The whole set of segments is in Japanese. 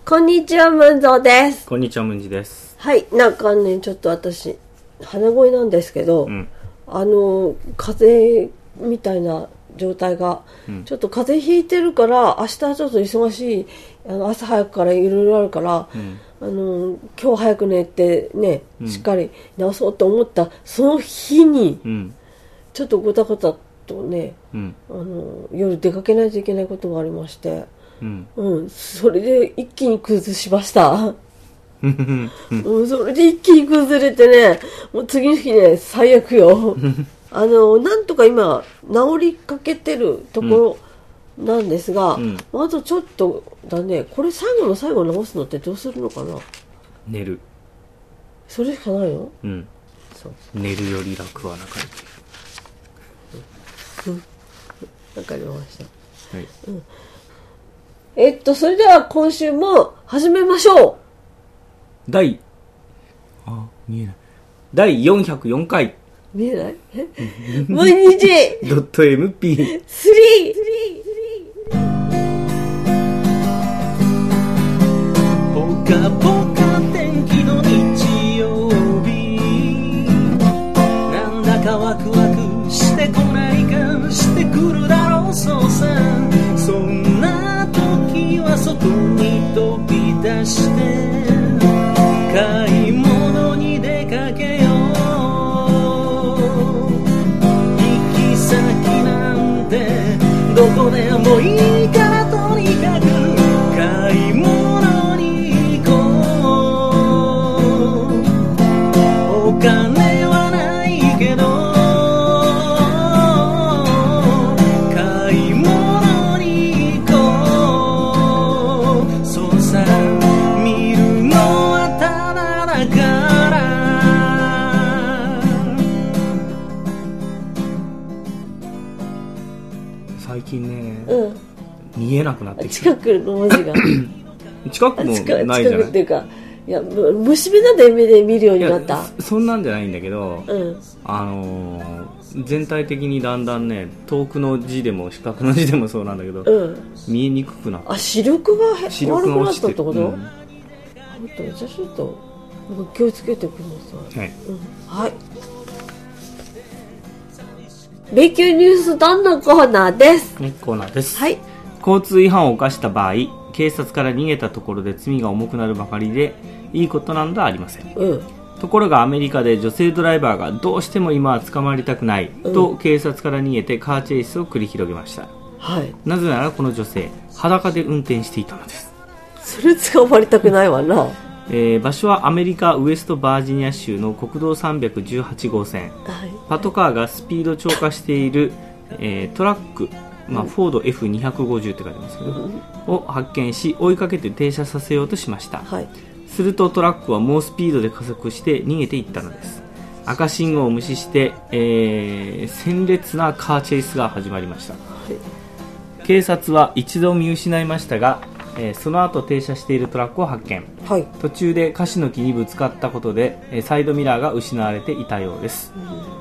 こんにちは、ムンゾーです。 こんにちは、ムンジです。 はい、なんかね、ちょっと私鼻声なんですけど、風邪みたいな状態が、ちょっと風邪ひいてるから、明日ちょっと忙しい、朝早くからいろいろあるから、今日早く寝てね、しっかり治そうと思ったその日に、ちょっとごたごたとね、夜出かけないといけないことがありまして、それで一気に崩しましたそれで一気に崩れてね、もう次の日ね、最悪よなんとか今治りかけてるところなんですが、あとちょっとだね。これ最後の最後治すのってどうするのかな。 寝る。 それしかないの。 そう、寝るより楽はなかれわかりました。 はい。 それでは今週も始めましょう。 第404回見えない毎日 .mp3 ポカポカ天気の日曜日、なんだかワクワクしてこないか、してくるだろうそうさ。そんな時は外に飛び出して買い物に出かけよう。行き先なんてどこでもいいからとにかく買い物に行こう。お金はないけど買い物に行こう。そうさ、見るのはただだから。 最近ね、見えなくなってきた。 近くの文字が近くもないじゃない。 近くっていうか、いや、虫眼鏡で目で見るようになった。 そんなんじゃないんだけど、全体的にだんだんね、遠くの字でも視覚の字でもそうなんだけど、見えにくくなった。視力が悪くなったってこと？じゃあちょっと気をつけてください。はい。B級ニュースどんのコーナーです。 コーナーです。 はい。 交通違反を犯した場合、警察から逃げたところで罪が重くなるばかりでいいことなどはありません。ところがアメリカで女性ドライバーがどうしても今は捕まりたくないと警察から逃げてカーチェイスを繰り広げました。なぜならこの女性、裸で運転していたのです。 それ捕まりたくないわな。 場所はアメリカウエストバージニア州の国道318号線、パトカーがスピード超過している、トラック、フォード F250 って書いてますけど、を発見し追いかけて停車させようとしました。するとトラックは猛スピードで加速して逃げていったのです。赤信号を無視して、鮮烈なカーチェイスが始まりました。警察は一度見失いましたが、その後停車しているトラックを発見。途中でカシの木にぶつかったことで、サイドミラーが失われていたようです。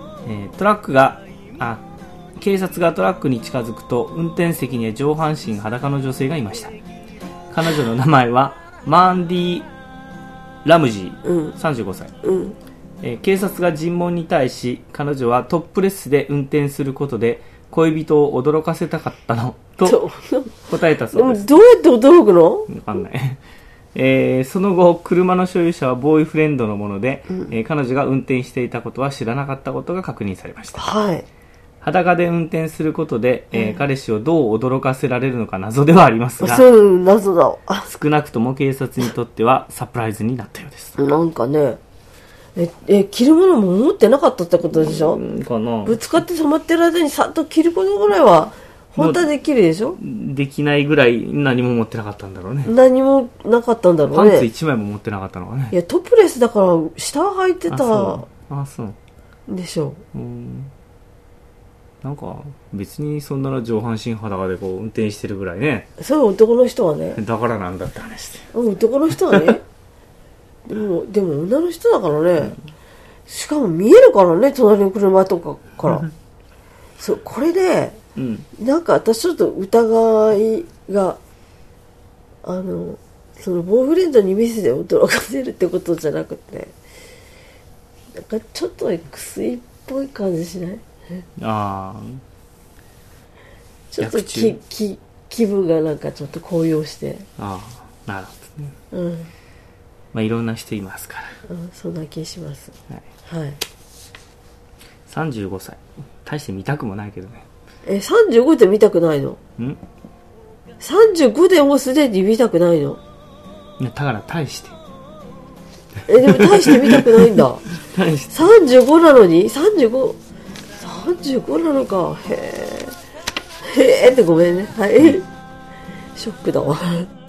警察がトラックに近づくと運転席には上半身裸の女性がいました。彼女の名前はマンディ・ラムジー、35歳。警察が尋問に対し、彼女はトップレスで運転することで恋人を驚かせたかったのと答えたそうです。 でもどうやって驚くの？ 分かんない、その後車の所有者はボーイフレンドのもので、彼女が運転していたことは知らなかったことが確認されました。裸で運転することで、彼氏をどう驚かせられるのか謎ではありますが、 謎だ。 少なくとも警察にとってはサプライズになったようです。 なんかね、着るものも持ってなかったってことでしょ？ かな。 ぶつかって止まってる間にさっと着ることぐらいは本当はできるでしょ？ できないぐらい何も持ってなかったんだろうね。 何もなかったんだろうね。 パンツ1枚も持ってなかったのかね。 いや、トップレスだから下は履いてたそうでしょ。 なんか別にそんなの上半身裸でこう運転してるぐらいね。 そう、男の人はね。 だからなんだって話で。 男の人はね。でも女の人だからね。しかも見えるからね、隣の車とかから。これで、なんか私ちょっと疑いがそのボーイフレンドに店で驚かせるってことじゃなくて、なんかちょっと薬っぽい感じしない？ ああ、 ちょっと気分がなんかちょっと高揚して。 ああ、なるほどね。うん。まあいろんな人いますから。 うん、そんな気します。はい。はい。 35歳。大して見たくもないけどね。 35で見たくないの？35でもうすでに見たくないの？ だから大して。 でも大して見たくないんだ。 大して。 35なのに35なのか。へーってごめんね。はい。ショックだわ。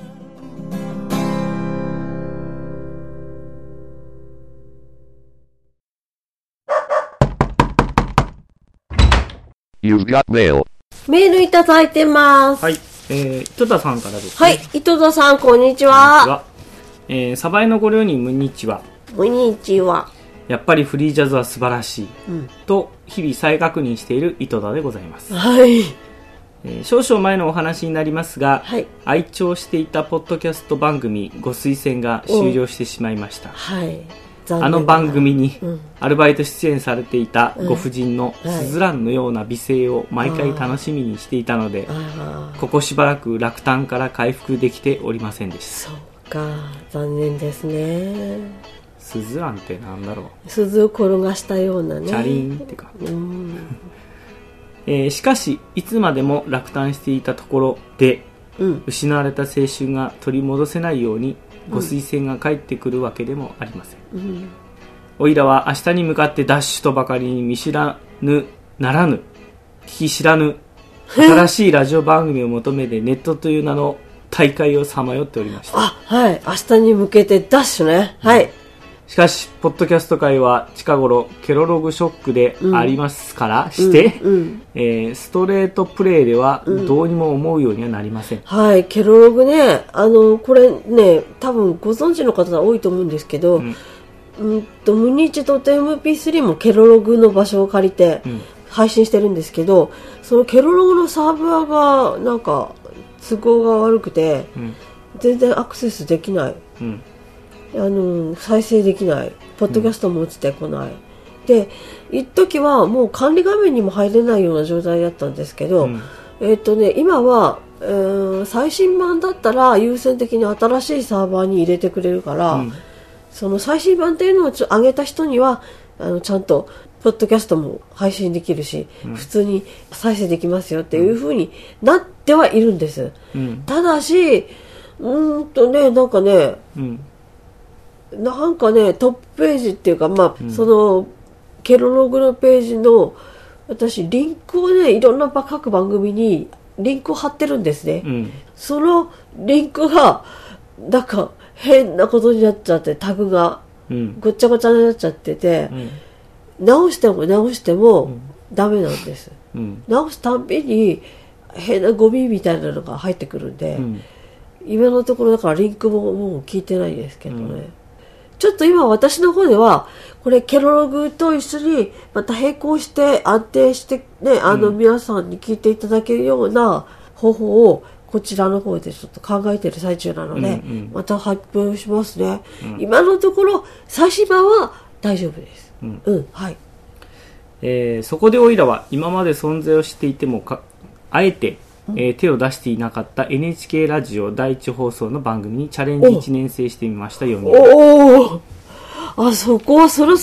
You've got mail. メールいただいてます。 はい。糸田さんからですね。 はい。糸田さん、こんにちは。 サバイのご両人、こんにちは。 こんにちは。 やっぱりフリージャズは素晴らしい。と、日々再確認している糸田でございます。 はい。 少々前のお話になりますが、 はい、 愛聴していたポッドキャスト番組ご推薦が終了してしまいました。 はい、 あの番組にアルバイト出演されていたご婦人のスズランのような美声を毎回楽しみにしていたので、ここしばらく落胆から回復できておりませんでした。 そうか、残念ですね。 スズランってなんだろう。 鈴を転がしたようなね。 チャリーンってか。しかしいつまでも落胆していたところで、失われた青春が取り戻せないようにご推薦が返ってくるわけでもありません。おいらは明日に向かってダッシュとばかりに見知らぬならぬ聞き知らぬ新しいラジオ番組を求めてネットという名の大会をさまよっておりました。 はい、明日に向けてダッシュね。はい。 しかしポッドキャスト界は近頃ケロログショックでありますからして、ストレートプレイではどうにも思うようにはなりません。 はい、ケロログね、これね、多分ご存知の方は多いと思うんですけど、ムニッチ.mp3 もケロログの場所を借りて配信してるんですけど、そのケロログのサーバーがなんか都合が悪くて、全然アクセスできない。再生できない、ポッドキャストも落ちてこない、で一時はもう管理画面にも入れないような状態だったんですけど、今は、最新版だったら優先的に新しいサーバーに入れてくれるから、その最新版っていうのを上げた人にはちゃんとポッドキャストも配信できるし、普通に再生できますよっていう風になってはいるんです、ただしなんかね、トップページっていうか、そのケロログのページの私リンクをね、いろんな各番組にリンクを貼ってるんですね、そのリンクがなんか変なことになっちゃって、タグがごっちゃごちゃになっちゃってて、直してもダメなんです、直すたんびに変なゴミみたいなのが入ってくるんで、今のところだからリンクももう聞いてないですけどね、ちょっと今私の方ではこれケロログと一緒にまた並行して安定してね、皆さんに聞いていただけるような方法をこちらの方でちょっと考えている最中なので、また発表しますね、今のところ最新版は大丈夫です、はい。 そこでおいらは今まで存在をしていてもあえて手を出していなかった NHK ラジオ第1放送の番組にチャレンジ1年生してみました。4人。 そこはそら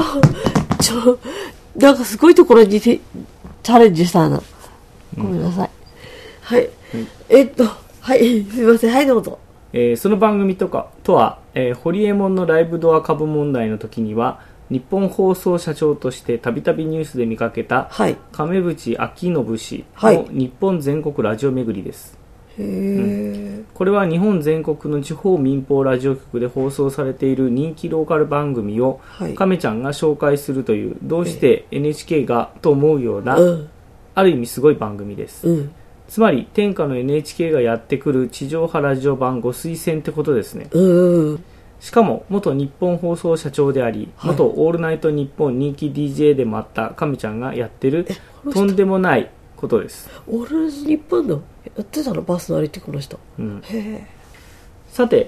なんかすごいところにチャレンジしたな。ごめんなさい。はい。はい、すみません。はい、どうぞ。 その番組とは、ホリエモンのライブドア株問題の時には日本放送社長としてたびたびニュースで見かけた、亀渕昭信氏の日本全国ラジオ巡りです、これは日本全国の地方民放ラジオ局で放送されている人気ローカル番組を、亀ちゃんが紹介するという、どうして NHK がと思うような、ある意味すごい番組です、つまり天下の NHK がやってくる地上波ラジオ版ご推薦ってことですね、しかも元日本放送社長であり、元オールナイトニッポン人気 DJ でもあった亀ちゃんがやってるとんでもないことです。 オールナイトニッポンのやってたの、パーソナリティこの人、 さて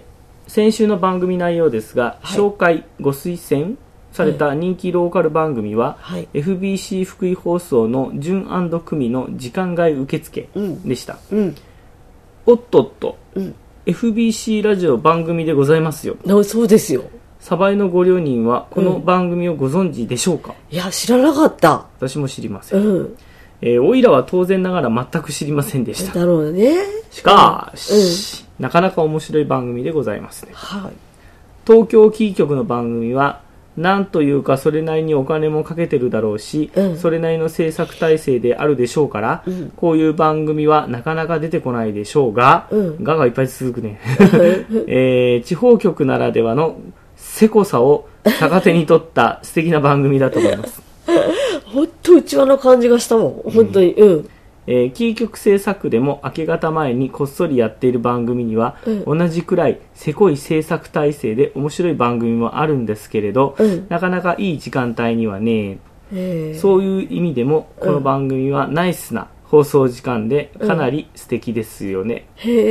先週の番組内容ですが、 はい、 紹介ご推薦された人気ローカル番組は、 はい、 FBC 福井放送の純&組の時間外受付でした、 うんうん、 おっとっと、 うん、 FBC ラジオ番組でございますよ。 そうですよ。 サバイのご両人はこの番組をご存知でしょうか？ いや、知らなかった。 私も知りません。おいらは当然ながら全く知りませんでした。 だろうね。 しかし、なかなか面白い番組でございますね。 はい、 東京キー局の番組はなんというかそれなりにお金もかけてるだろうし、それなりの制作体制であるでしょうから、こういう番組はなかなか出てこないでしょうが、がいっぱい続くね、地方局ならではのせこさを逆手に取った素敵な番組だと思います本当うちわの感じがしたもん、本当に。 キー局制作でも明け方前にこっそりやっている番組には、同じくらいせこい制作体制で面白い番組もあるんですけれど、なかなかいい時間帯にはね、そういう意味でもこの番組はナイスな放送時間でかなり素敵ですよね、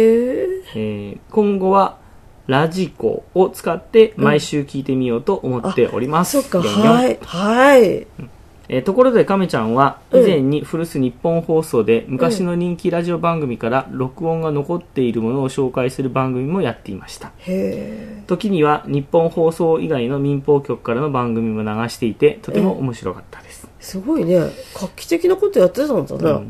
今後はラジコを使って毎週聞いてみようと思っております、 そっか、はいはい、 ところで亀ちゃんは以前に古巣日本放送で昔の人気ラジオ番組から録音が残っているものを紹介する番組もやっていました。時には日本放送以外の民放局からの番組も流していてとても面白かったです。 すごいね、画期的なことやってたんだね、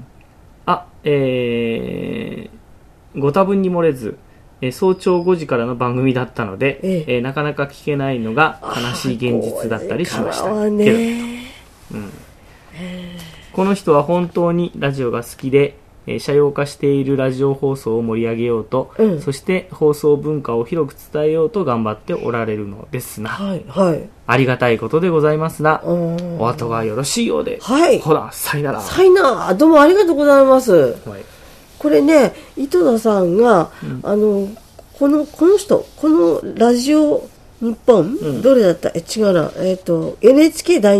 ご多分に漏れず早朝5時からの番組だったので、なかなか聞けないのが悲しい現実だったりしましたけど、この人は本当にラジオが好きで、社用化しているラジオ放送を盛り上げようと、そして放送文化を広く伝えようと頑張っておられるのですな、ありがたいことでございますな。お後がよろしいようで、ほらさいなら。 さいな、どうもありがとうございます、これね、井戸田さんが、この人、このラジオ日本、どれだった？違うな、NHK 第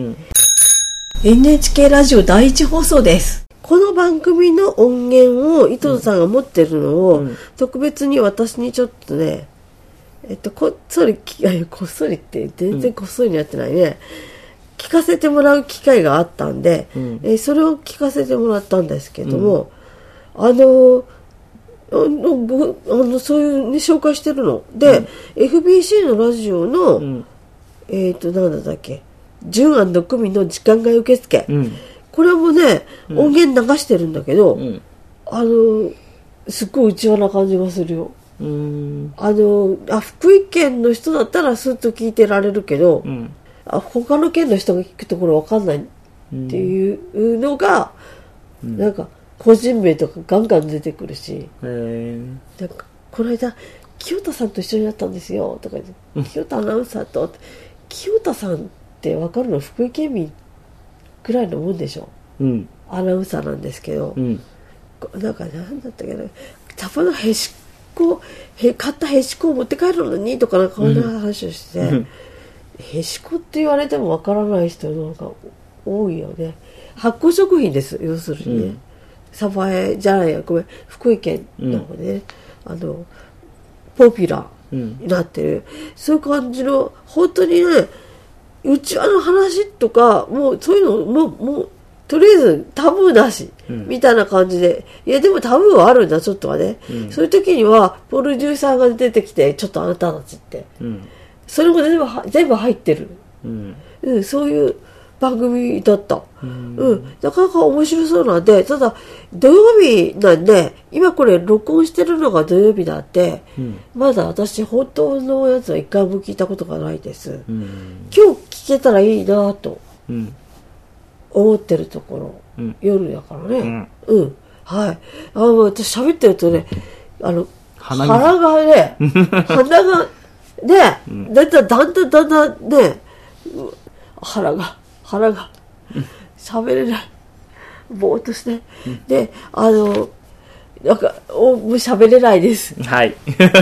2、NHK ラジオ第1放送です。この番組の音源を井戸田さんが持ってるのを、特別に私にちょっとね、こっそりって全然こっそりにやってないね、聞かせてもらう機会があったんで、それを聞かせてもらったんですけども、そういう、ね、紹介してるので、FBC のラジオの、なんだっけ、純&組の時間外受付、これもね、音源流してるんだけど、すっごいうちわな感じがするよ。福井県の人だったらスッと聞いてられるけど、他の県の人が聞くところわかんないっていうのが、なんか個人名とかガンガン出てくるし、なんかこの間清田さんと一緒になったんですよとか言って、清田アナウンサーと、清田さんって分かるの福井県民くらいのもんでしょ、アナウンサーなんですけど、なんかなんだったっけな、タバのへしこ買ったへしこを持って帰るのにとかなんかこんな話をして、へしこって言われても分からない人なんか多いよね。発酵食品です、要するにね、鯖江じゃないや、ごめん、福井県の方でね、ポピュラーになってる、そういう感じの、本当にね、うちわの話とかもうそういうのもうとりあえずタブーなし、みたいな感じで、いやでもタブーはあるんだちょっとはね、そういう時にはプロデューサーが出てきて、ちょっとあなたたちって、それも全部入ってる、そういう番組だった、なかなか面白そうなんで、ただ土曜日なんで、今これ録音してるのが土曜日なんで、まだ私本当のやつは一回も聞いたことがないです、今日聞けたらいいなと思ってるところ、夜だからね、はい、私喋ってるとね、鼻がね鼻がね、だんだんね、腹が喋れない、ぼーっとして、でなんかもう喋れないです。 はい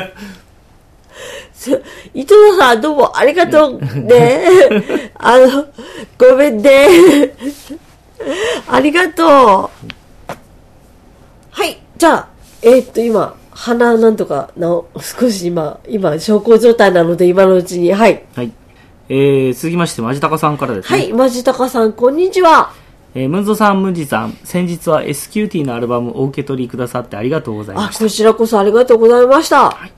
伊藤さんどうもありがとうねごめんねありがとう。はい、じゃあ今鼻なんとか少し今小康状態なので今のうちにはい、 はい。続きましてマジタカさんからですね。はい、マジタカさんこんにちは。 ムンゾさん、ムンジさん、先日は SQT のアルバムをお受け取りくださってありがとうございました。 こちらこそありがとうございました。 はい、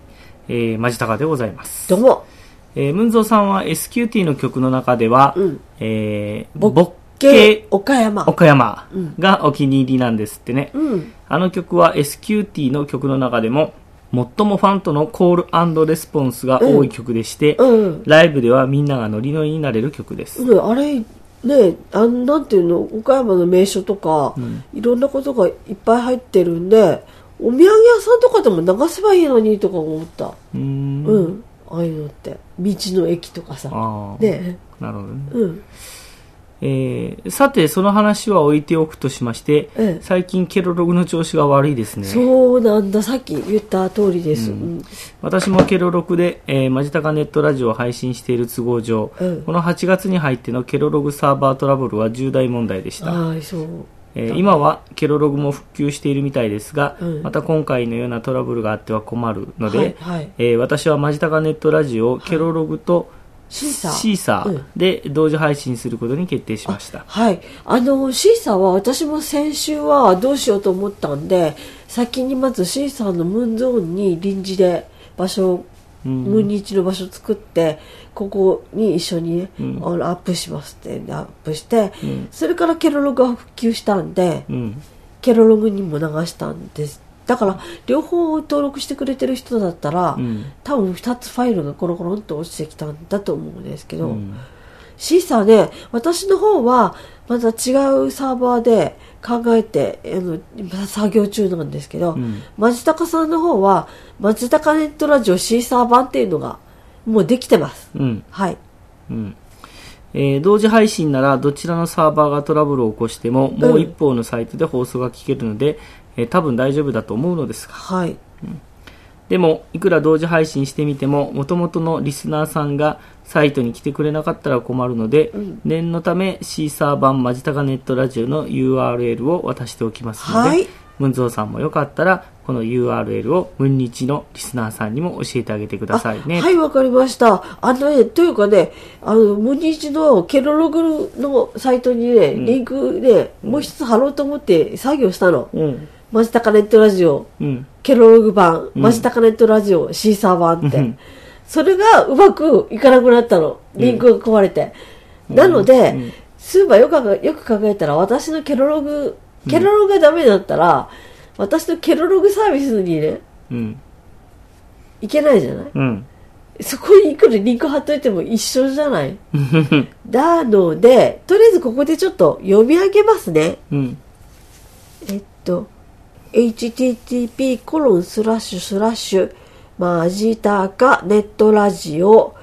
マジタカでございます。 どうも。 ムンゾさんは SQT の曲の中では、 ボッケ岡山がお気に入りなんですってね。あの曲は SQT の曲の中でも最もファンとのコール&レスポンスが多い曲でして、ライブではみんながノリノリになれる曲です。 あれね、なんていうの、岡山の名所とか、いろんなことがいっぱい入ってるんで、お土産屋さんとかでも流せばいいのにとか思った。ああいうのって道の駅とかさ。ね、 なるほどね。さてその話は置いておくとしまして、最近ケロログの調子が悪いですね。 そうなんだ、さっき言った通りです。 私もケロログで、マジタカネットラジオを配信している都合上、この8月に入ってのケロログサーバートラブルは重大問題でした。今はケロログも復旧しているみたいですが、また今回のようなトラブルがあっては困るので、私はマジタカネットラジオをケロログとシーサーで同時配信することに決定しました。 はい、シーサーは私も先週はどうしようと思ったんで、先にまずシーサーのムーンゾーンに臨時でムーン日の場所を作って、ここに一緒に、ね、アップしますってアップして、それからケロログが復旧したんで、ケロログにも流したんです。だから両方登録してくれてる人だったら、多分2つファイルがコロコロんと落ちてきたんだと思うんですけど、シーサーね、私の方はまた違うサーバーで考えて作業中なんですけど、マジタカさんの方はマジタカネットラジオシーサー版っていうのがもうできてます。はい。 同時配信ならどちらのサーバーがトラブルを起こしても、もう一方のサイトで放送が聞けるので、多分大丈夫だと思うのですが、でもいくら同時配信してみても元々のリスナーさんがサイトに来てくれなかったら困るので、念のためシーサー版マジタカネットラジオの URL を渡しておきますので、ムンゾーさんもよかったらこの URL をムンニチのリスナーさんにも教えてあげてくださいね。 はい、わかりました。というかね、ムンニチのケロログのサイトにね、リンクね、もう一つ貼ろうと思って作業したの。マジタカネットラジオ、ケロログ版、マジタカネットラジオ、シーサー版って。それがうまくいかなくなったの。リンクが壊れて。なので、そういえばよく考えたら、私のケロログがダメだったら、私のケロログサービスにね、いけないじゃない、そこにいくらリンク貼っといても一緒じゃないなので、とりあえずここでちょっと読み上げますね。http:// マジタカネットラジオ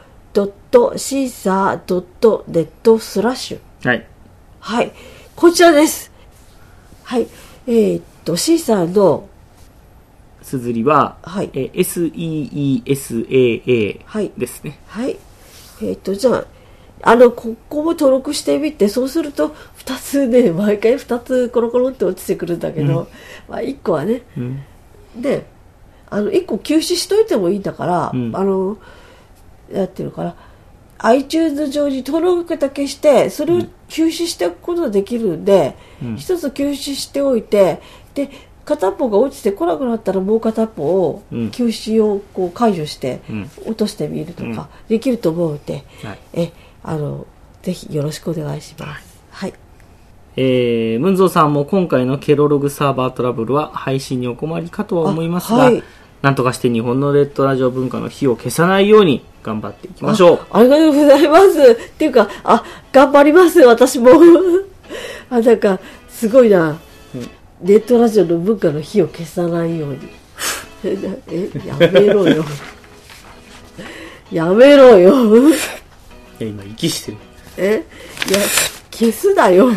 .caesar.net/ はい、こちらです。はい、シーサーの綴りは、SEESAA ですね。 はい。じゃあ、ここも登録してみて、そうすると、2つね、毎回2つコロコロって落ちてくるんだけど、1個はね、で、1個休止しといてもいいんだから、なんていうのかな、iTunes 上に登録だけして、それを休止しておくことができるんで、一つ休止しておいて、で、片方が落ちてこなくなったらもう片方を休止をこう解除して落としてみるとかできると思うので、ぜひよろしくお願いします。はい。 ムンゾーさんも今回のケロログサーバートラブルは配信にお困りかとは思いますが、なんとかして日本のネットラジオ文化の火を消さないように頑張っていきましょう。 ありがとうございます。っていうか、頑張ります、私も。なんか、すごいな。ネットラジオの文化の火を消さないように。やめろよ。やめろよ。 今、息してる。 いや、消すなよ。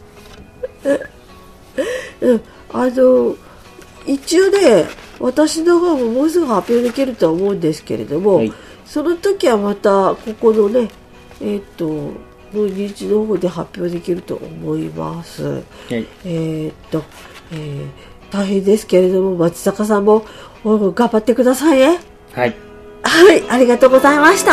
一応ね、私の方ももうすぐ発表できるとは思うんですけれども、その時はまたここのね、もう日の方で発表できると思います。 大変ですけれども、松坂さんも頑張ってくださいね。 はい。 はい、ありがとうございました。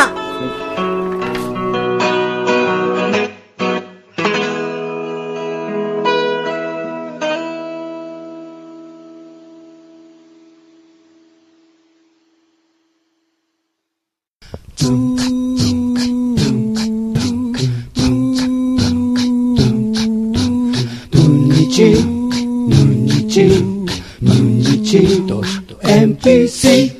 NPC。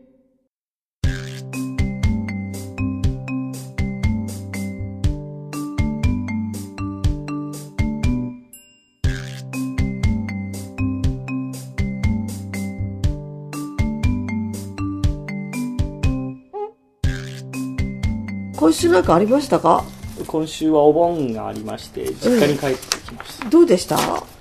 今週なんかありましたか？ 今週はお盆がありまして実家に帰ってきました。 どうでした？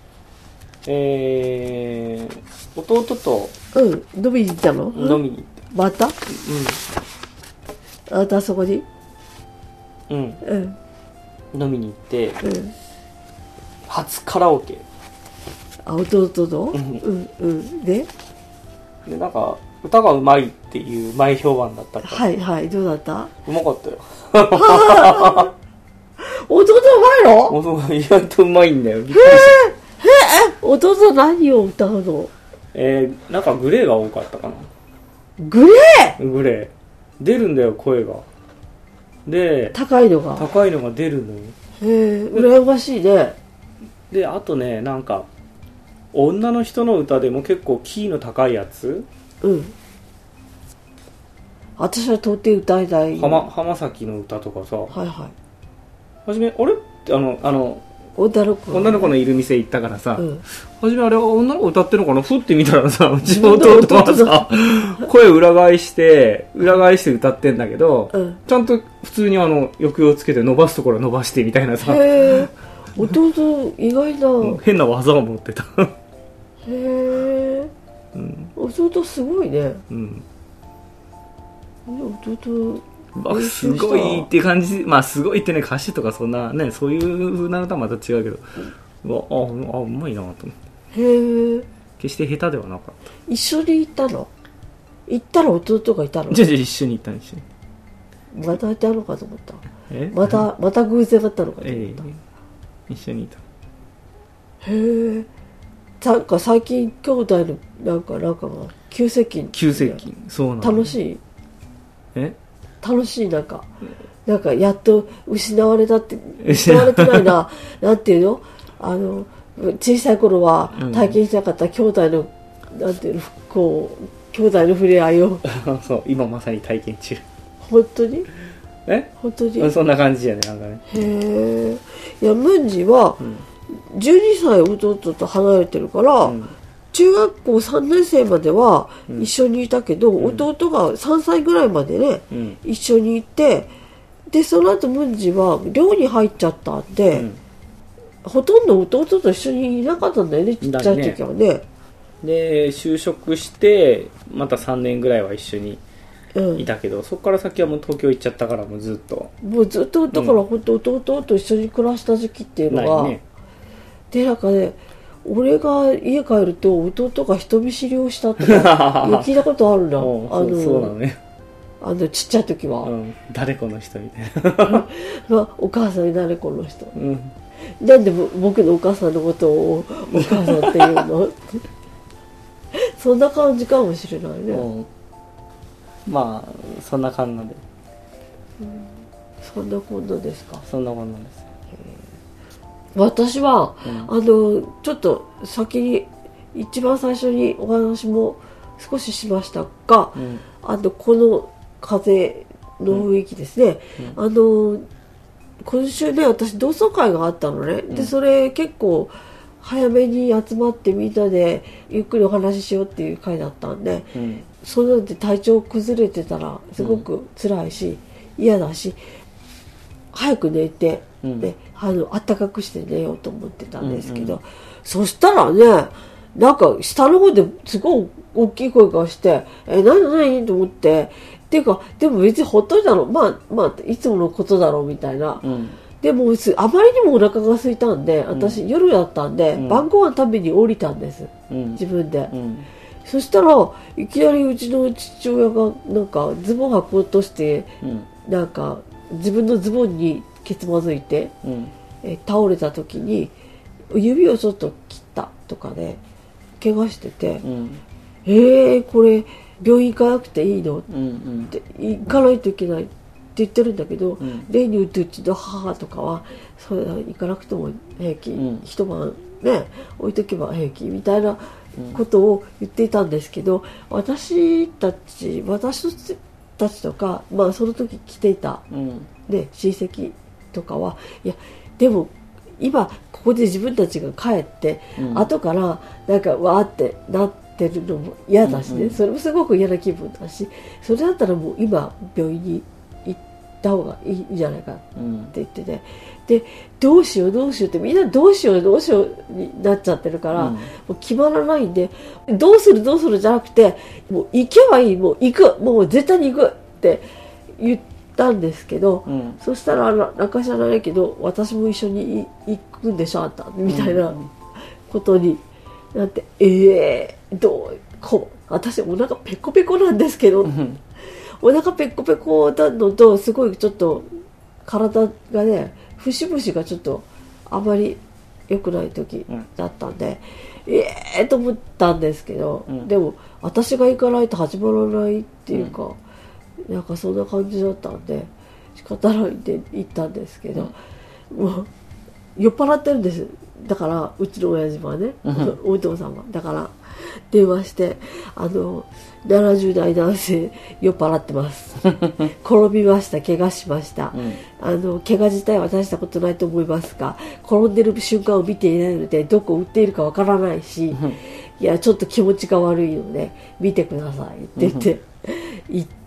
弟と飲みに行ったの？ 飲みに行った。 また？あなたそこに？ 飲みに行って、初カラオケ。 弟と？でなんか歌がうまいっていう前評判だったから。 はいはい、どうだった？ うまかったよ。 弟うまいの？ 意外とうまいんだよ。びっくりした。弟何を歌うの？ なんかグレーが多かったかな。 グレー出るんだよ、声が。で、 高いのが出るのよ。 羨ましいね。 で、あとね、なんか女の人の歌でも結構キーの高いやつ。 私は到底歌いたい。 浜崎の歌とかさ。 はいはい。 初めあれって女の子のいる店行ったからさ、初めあれ女の子歌ってるのかな、ふって見たらさ、うちの弟はさ声裏返して歌ってんだけど、ちゃんと普通に抑揚つけて伸ばすところは伸ばしてみたいなさ。 弟意外だ。 変な技を持ってた。 弟すごいね。弟すごいって感じ。まあすごいってね、歌詞とかそんなね、そういう風な歌はまた違うけど、うまいなと思って。決して下手ではなかった。 一緒に行ったの？行ったら弟がいたの？ じゃ一緒に行ったんですよ。 またいたのかと思った。また偶然だったのかと思った。 一緒にいた。 なんか最近兄弟のなんかが急接近。 そうなんだ。 楽しい？楽しい。なんかやっと失われてないな。なんていうの、小さい頃は体験しなかった兄弟の、なんていうの、こう兄弟の触れ合いをそう今まさに体験中。 本当に本当にそんな感じやね。なんかね。 いや、ムンジは12歳弟と離れてるから、中学校3年生までは一緒にいたけど、弟が3歳ぐらいまでね、一緒にいて、でその後ムンジは寮に入っちゃったんで、ほとんど弟と一緒にいなかったんだよね、ちっちゃい時はね。 で就職してまた3年ぐらいは一緒にいたけど、そこから先はもう東京行っちゃったから、もうずっとだから本当弟と一緒に暮らした時期っていうのが、でなんかね、俺が家帰ると弟が人見知りをしたとか聞いたことあるな。 そうなのね。 ちっちゃい時は、 誰この人みたいなお母さんに誰この人、なんで僕のお母さんのことをお母さんっていうのそんな感じかもしれないね。 まあそんな感じで、 そんなこんなですか。 そんなこんなです。 私は、ちょっと先に一番最初にお話も少ししましたが、この風の雰囲気ですね、今週ね、私同窓会があったのね。でそれ結構早めに集まってみんなでゆっくりお話ししようっていう会だったんで、それで体調崩れてたらすごく辛いし、嫌だし、早く寝て、で暖かくして寝ようと思ってたんですけど、そしたらね、なんか下の方ですごい大きい声がして「何?」と思って、っていうかでも別にほっといたの、まあいつものことだろうみたいな、 でもあまりにもお腹が空いたんで、私、夜だったんで、晩ご飯食べに降りたんです、自分で、そしたらいきなりうちの父親がなんかズボン履こうとして、なんか自分のズボンにけつまずいて、倒れた時に指をちょっと切ったとかね、怪我してて、これ病院行かなくていいの、って行かないといけないって言ってるんだけど、例にうちの母とかはそれ行かなくても平気、一晩ね置いとけば平気みたいなことを言っていたんですけど、私たちとか、まあその時来ていた、ね、親戚とかは、いやでも今ここで自分たちが帰って、後からなんかわーってなってるのも嫌だしね、それもすごく嫌な気分だし、それだったらもう今病院に行った方がいいんじゃないかって言ってね、でどうしようってみんなどうしようになっちゃってるから、もう決まらないんで、どうするじゃなくて、もう行けばいい、もう絶対に行くって言ったんですけど、そしたらなんか知らないけど、私も一緒に行くんでしょあんたみたいなことになって、私お腹ペコペコなんですけど、お腹ペコペコなのと、すごいちょっと体がね、節々がちょっとあまり良くない時だったんで、と思ったんですけど、でも私が行かないと始まらないっていうか、なんかそんな感じだったんで仕方ないんで行ったんですけど、もう酔っ払ってるんです。だからうちの親父はね、お父さんはだから電話して、70代男性酔っ払ってます転びました、怪我しました、怪我自体は大したことないと思いますが、転んでる瞬間を見ていないのでどこ打っているかわからないし、いやちょっと気持ちが悪いので見てくださいって言って行って、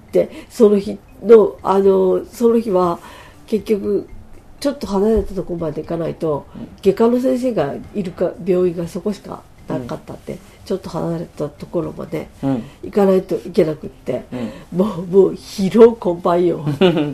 その日は結局ちょっと離れたところまで行かないと、外科の先生がいるか病院がそこしかなかったって、ちょっと離れたところまで行かないといけなくって、もう疲労困憊よ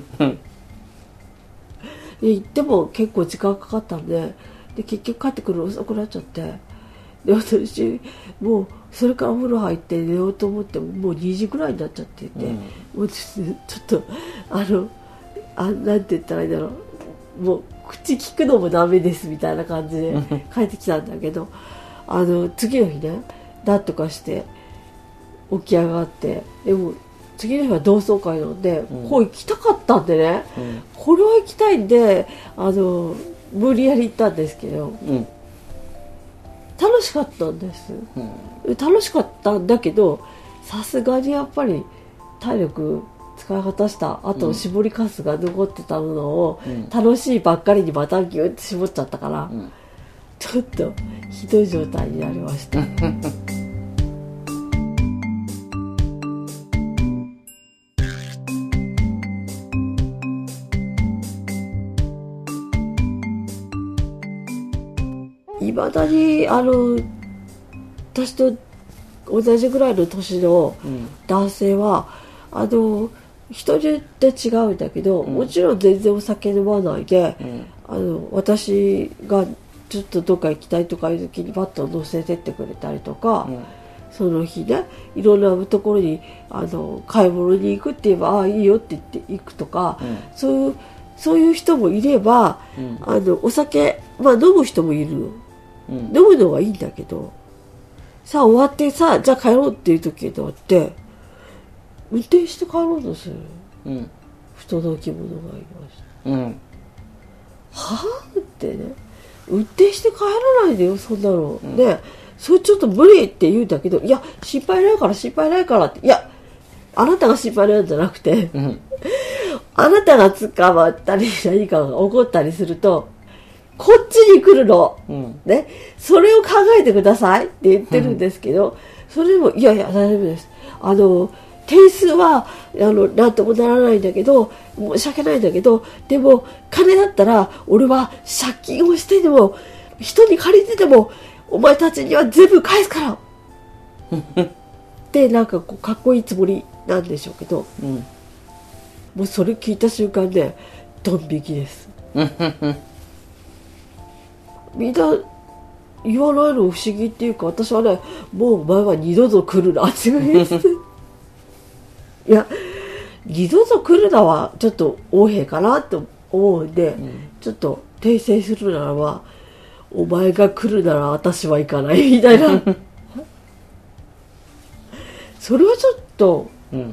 で行っても結構時間かかったんで、結局帰ってくるの遅くなっちゃって、で私もうそれからお風呂入って寝ようと思ってももう2時ぐらいになっちゃっていて、もうちょっとなんて言ったらいいんだろう、もう口聞くのもダメですみたいな感じで帰ってきたんだけど次の日ね、なんとかして起き上がって、でも次の日は同窓会なんで、こう行きたかったんでね、これは行きたいんで無理やり行ったんですけど、楽しかったんです、楽しかったんだけど、さすがにやっぱり体力使い果たした後、絞りかすが残ってたのを、楽しいばっかりにまたギュッて絞っちゃったから、ちょっとひどい状態になりましたいまだに私と同じぐらいの年の男性は、人によって違うんだけど、もちろん全然お酒飲まないで、私がちょっとどっか行きたいとかいう時にバッと乗せてってくれたりとか、その日ねいろんなところに買い物に行くって言えばああいいよって言って行くとか、そういう人もいれば、お酒、飲む人もいる、飲むのはいいんだけど、さあ終わってさじゃあ帰ろうっていう時だって運転して帰ろうとする、不届き者がいました、はぁってね、運転して帰らないでよそんなの、ね、それちょっと無理って言うんだけど、いや心配ないからって、いやあなたが心配なんじゃなくて、あなたが捕まったり何かが起こったりするとこっちに来るの、ね、それを考えてくださいって言ってるんですけど、それでもいや大丈夫です、点数はなんともならないんだけど、申し訳ないんだけど、でも金だったら俺は借金をしてでも人に借りてでもお前たちには全部返すからってなんかかっこいいつもりなんでしょうけど、もうそれ聞いた瞬間でドン引きですみんな言わないの不思議っていうか、私はね、もうお前は二度と来るなって言うんですいや、二度と来るなはちょっと横柄かなって思うんで、ちょっと訂正するならば、お前が来るなら私は行かないみたいなそれはちょっと、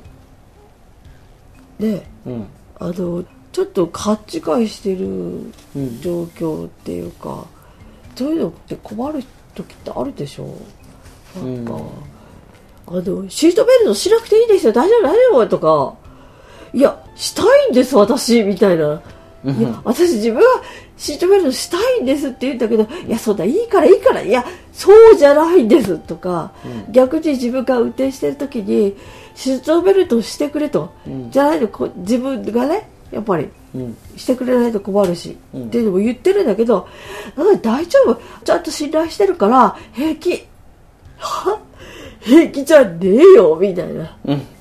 ね、ちょっと勘違いしてる状況っていうか、そういうのって困る時ってあるでしょ。なんか、シートベルトしなくていいですよ、大丈夫大丈夫とか、いやしたいんです私みたいな、いや私自分はシートベルトしたいんですって言うんだけど、いやそうだいいからいやそうじゃないんですとか、逆に自分が運転してる時にシートベルトをしてくれと、じゃないと自分がねやっぱり、してくれないと困るし、っていうのも言ってるんだけど、大丈夫ちゃんと信頼してるから平気平気じゃねえよみたいな、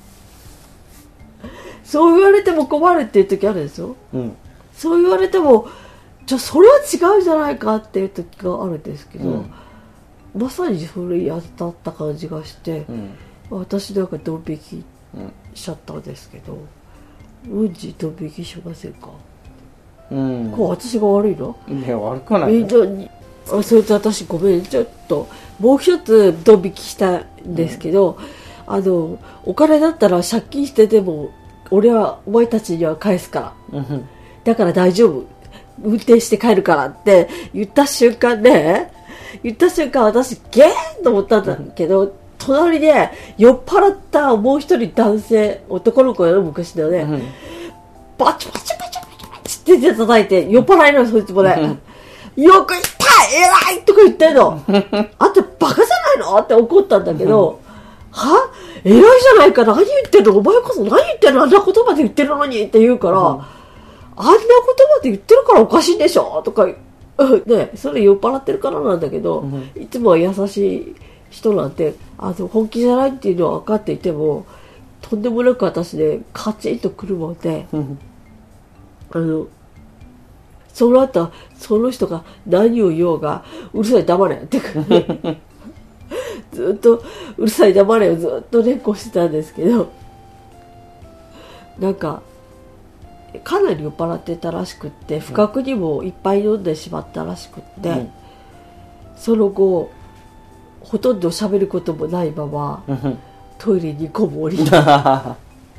そう言われても困るっていう時あるでしょ、そう言われてもじゃあそれは違うじゃないかっていう時があるんですけど、まさにそれやったった感じがして、私なんかドン引きしちゃったんですけど、うんじドン引きしませんか。こう私が悪いの？ いや悪くない。 それと私ごめん、ちょっともう一つドン引きしたんですけど、お金だったら借金してでも俺はお前たちには返すから、だから大丈夫運転して帰るからって言った瞬間私ゲーンと思ったんだけど、隣で酔っ払ったもう一人男性男の子よ昔のね、バチバチバチバチバチって手叩いて酔っ払いのそいつもね、よく言った偉いとか言ってんのあんたバカじゃないのって怒ったんだけど、は偉いじゃないか、何言ってんのお前こそ何言ってんの、あんな言葉で言ってるのにって言うから、あんな言葉で言ってるからおかしいでしょとかね、それ酔っ払ってるからなんだけど、いつもは優しい人なんて本気じゃないっていうのは分かっていてもとんでもなく私でカチンとくるもんで、その後その人が何を言おうがうるさい黙れってずっとうるさい黙れをずっと連呼してたんですけど、なんかかなり酔っ払ってたらしくって、不覚にもいっぱい飲んでしまったらしくって、その後ほとんど喋ることもないままトイレにこもりタ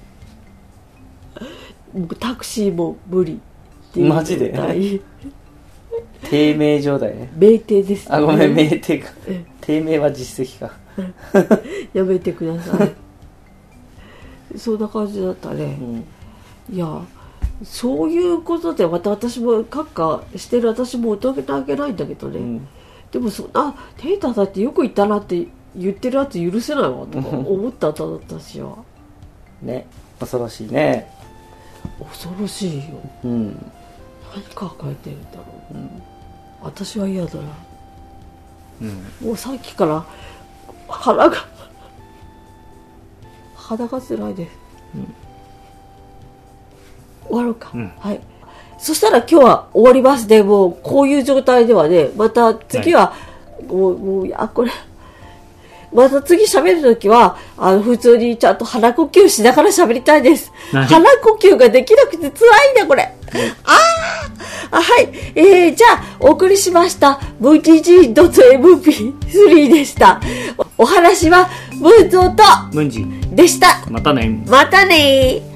クシーも無理っていうマジで低迷状態ね。 酩酊です、ね、 ごめん酩酊か低迷は実績かやめてくださいそんな感じだったね、いやそういうことでまた私も閣下してる私も疑ってあげないんだけどね、でもそんな手叩いてよく言ったなって言ってるやつ許せないわとか思ったんだ私はね、恐ろしいね。 恐ろしいよ、何抱えてるんだろう、私は嫌だな、もうさっきから鼻が辛いです、終わろうか、はい。そしたら今日は終わりますで、もうこういう状態ではね、また次は、もうこれまた次喋るときは普通にちゃんと鼻呼吸しながら喋りたいです。鼻呼吸ができなくて辛いんだこれ。はい、じゃあお送りしましたムジジー .mp3 でした。お話はムンゾーとムンジでした。 またね。 またね。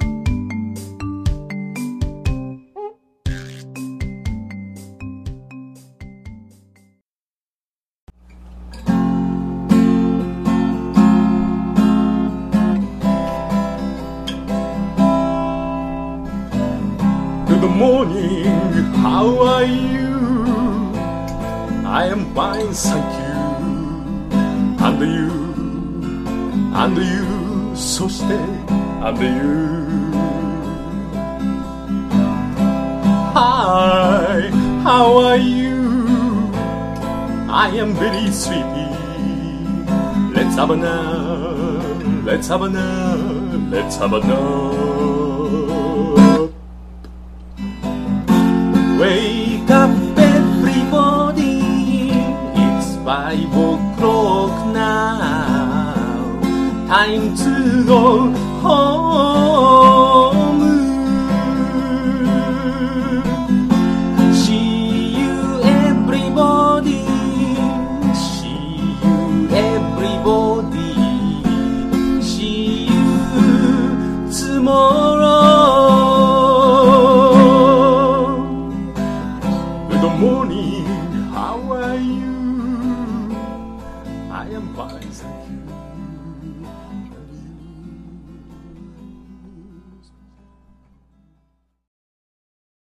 Good morning, how are you? I am fine, thank you. And you, そして and you. Hi, how are you? I am very sleepy. Let's have a nap, let's have a nap, let's have a nap. go home. See you everybody, see you everybody, see you tomorrow.Good morning, how are you? I am fine, thank you.